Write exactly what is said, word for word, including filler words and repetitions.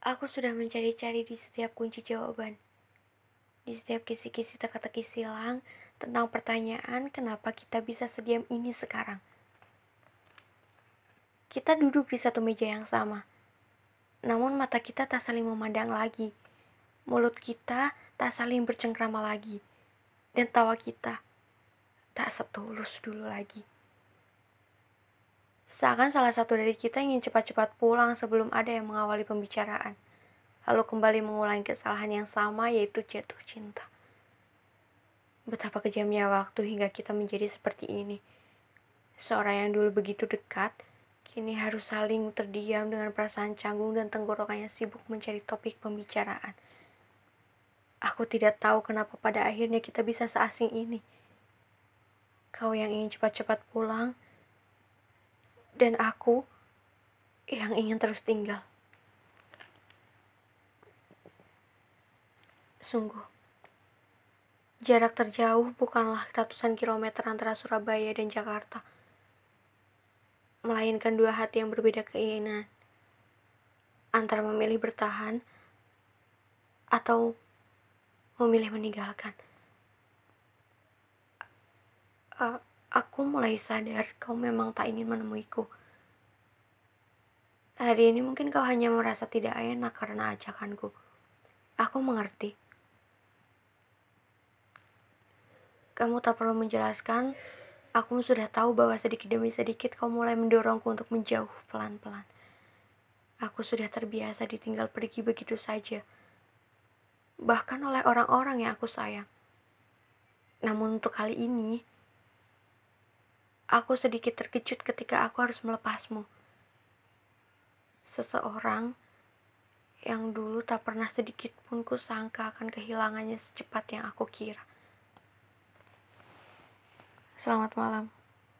Aku sudah mencari-cari di setiap kunci jawaban, di setiap kisi-kisi teka-teki silang tentang pertanyaan kenapa kita bisa sediam ini sekarang. Kita duduk di satu meja yang sama, namun mata kita tak saling memandang lagi. Mulut kita tak saling bercengkrama lagi, dan tawa kita tak setulus dulu lagi. Seakan salah satu dari kita ingin cepat-cepat pulang sebelum ada yang mengawali pembicaraan, lalu kembali mengulangi kesalahan yang sama, yaitu jatuh cinta. Betapa kejamnya waktu hingga kita menjadi seperti ini. Seorang yang dulu begitu dekat, kini harus saling terdiam dengan perasaan canggung dan tenggorokannya sibuk mencari topik pembicaraan. Aku tidak tahu kenapa pada akhirnya kita bisa seasing ini. Kau yang ingin cepat-cepat pulang, dan aku yang ingin terus tinggal. Sungguh, jarak terjauh bukanlah ratusan kilometer antara Surabaya dan Jakarta, melainkan dua hati yang berbeda keinginan, antara memilih bertahan atau memilih meninggalkan. Uh, aku mulai sadar kau memang tak ingin menemuiku. Hari ini mungkin kau hanya merasa tidak enak karena ajakanku. Aku mengerti. Kamu tak perlu menjelaskan, aku sudah tahu bahwa sedikit demi sedikit kau mulai mendorongku untuk menjauh pelan-pelan. Aku sudah terbiasa ditinggal pergi begitu saja, bahkan oleh orang-orang yang aku sayang. Namun untuk kali ini, aku sedikit terkejut ketika aku harus melepasmu. Seseorang yang dulu tak pernah sedikit pun kusangka akan kehilangannya secepat yang aku kira. Selamat malam.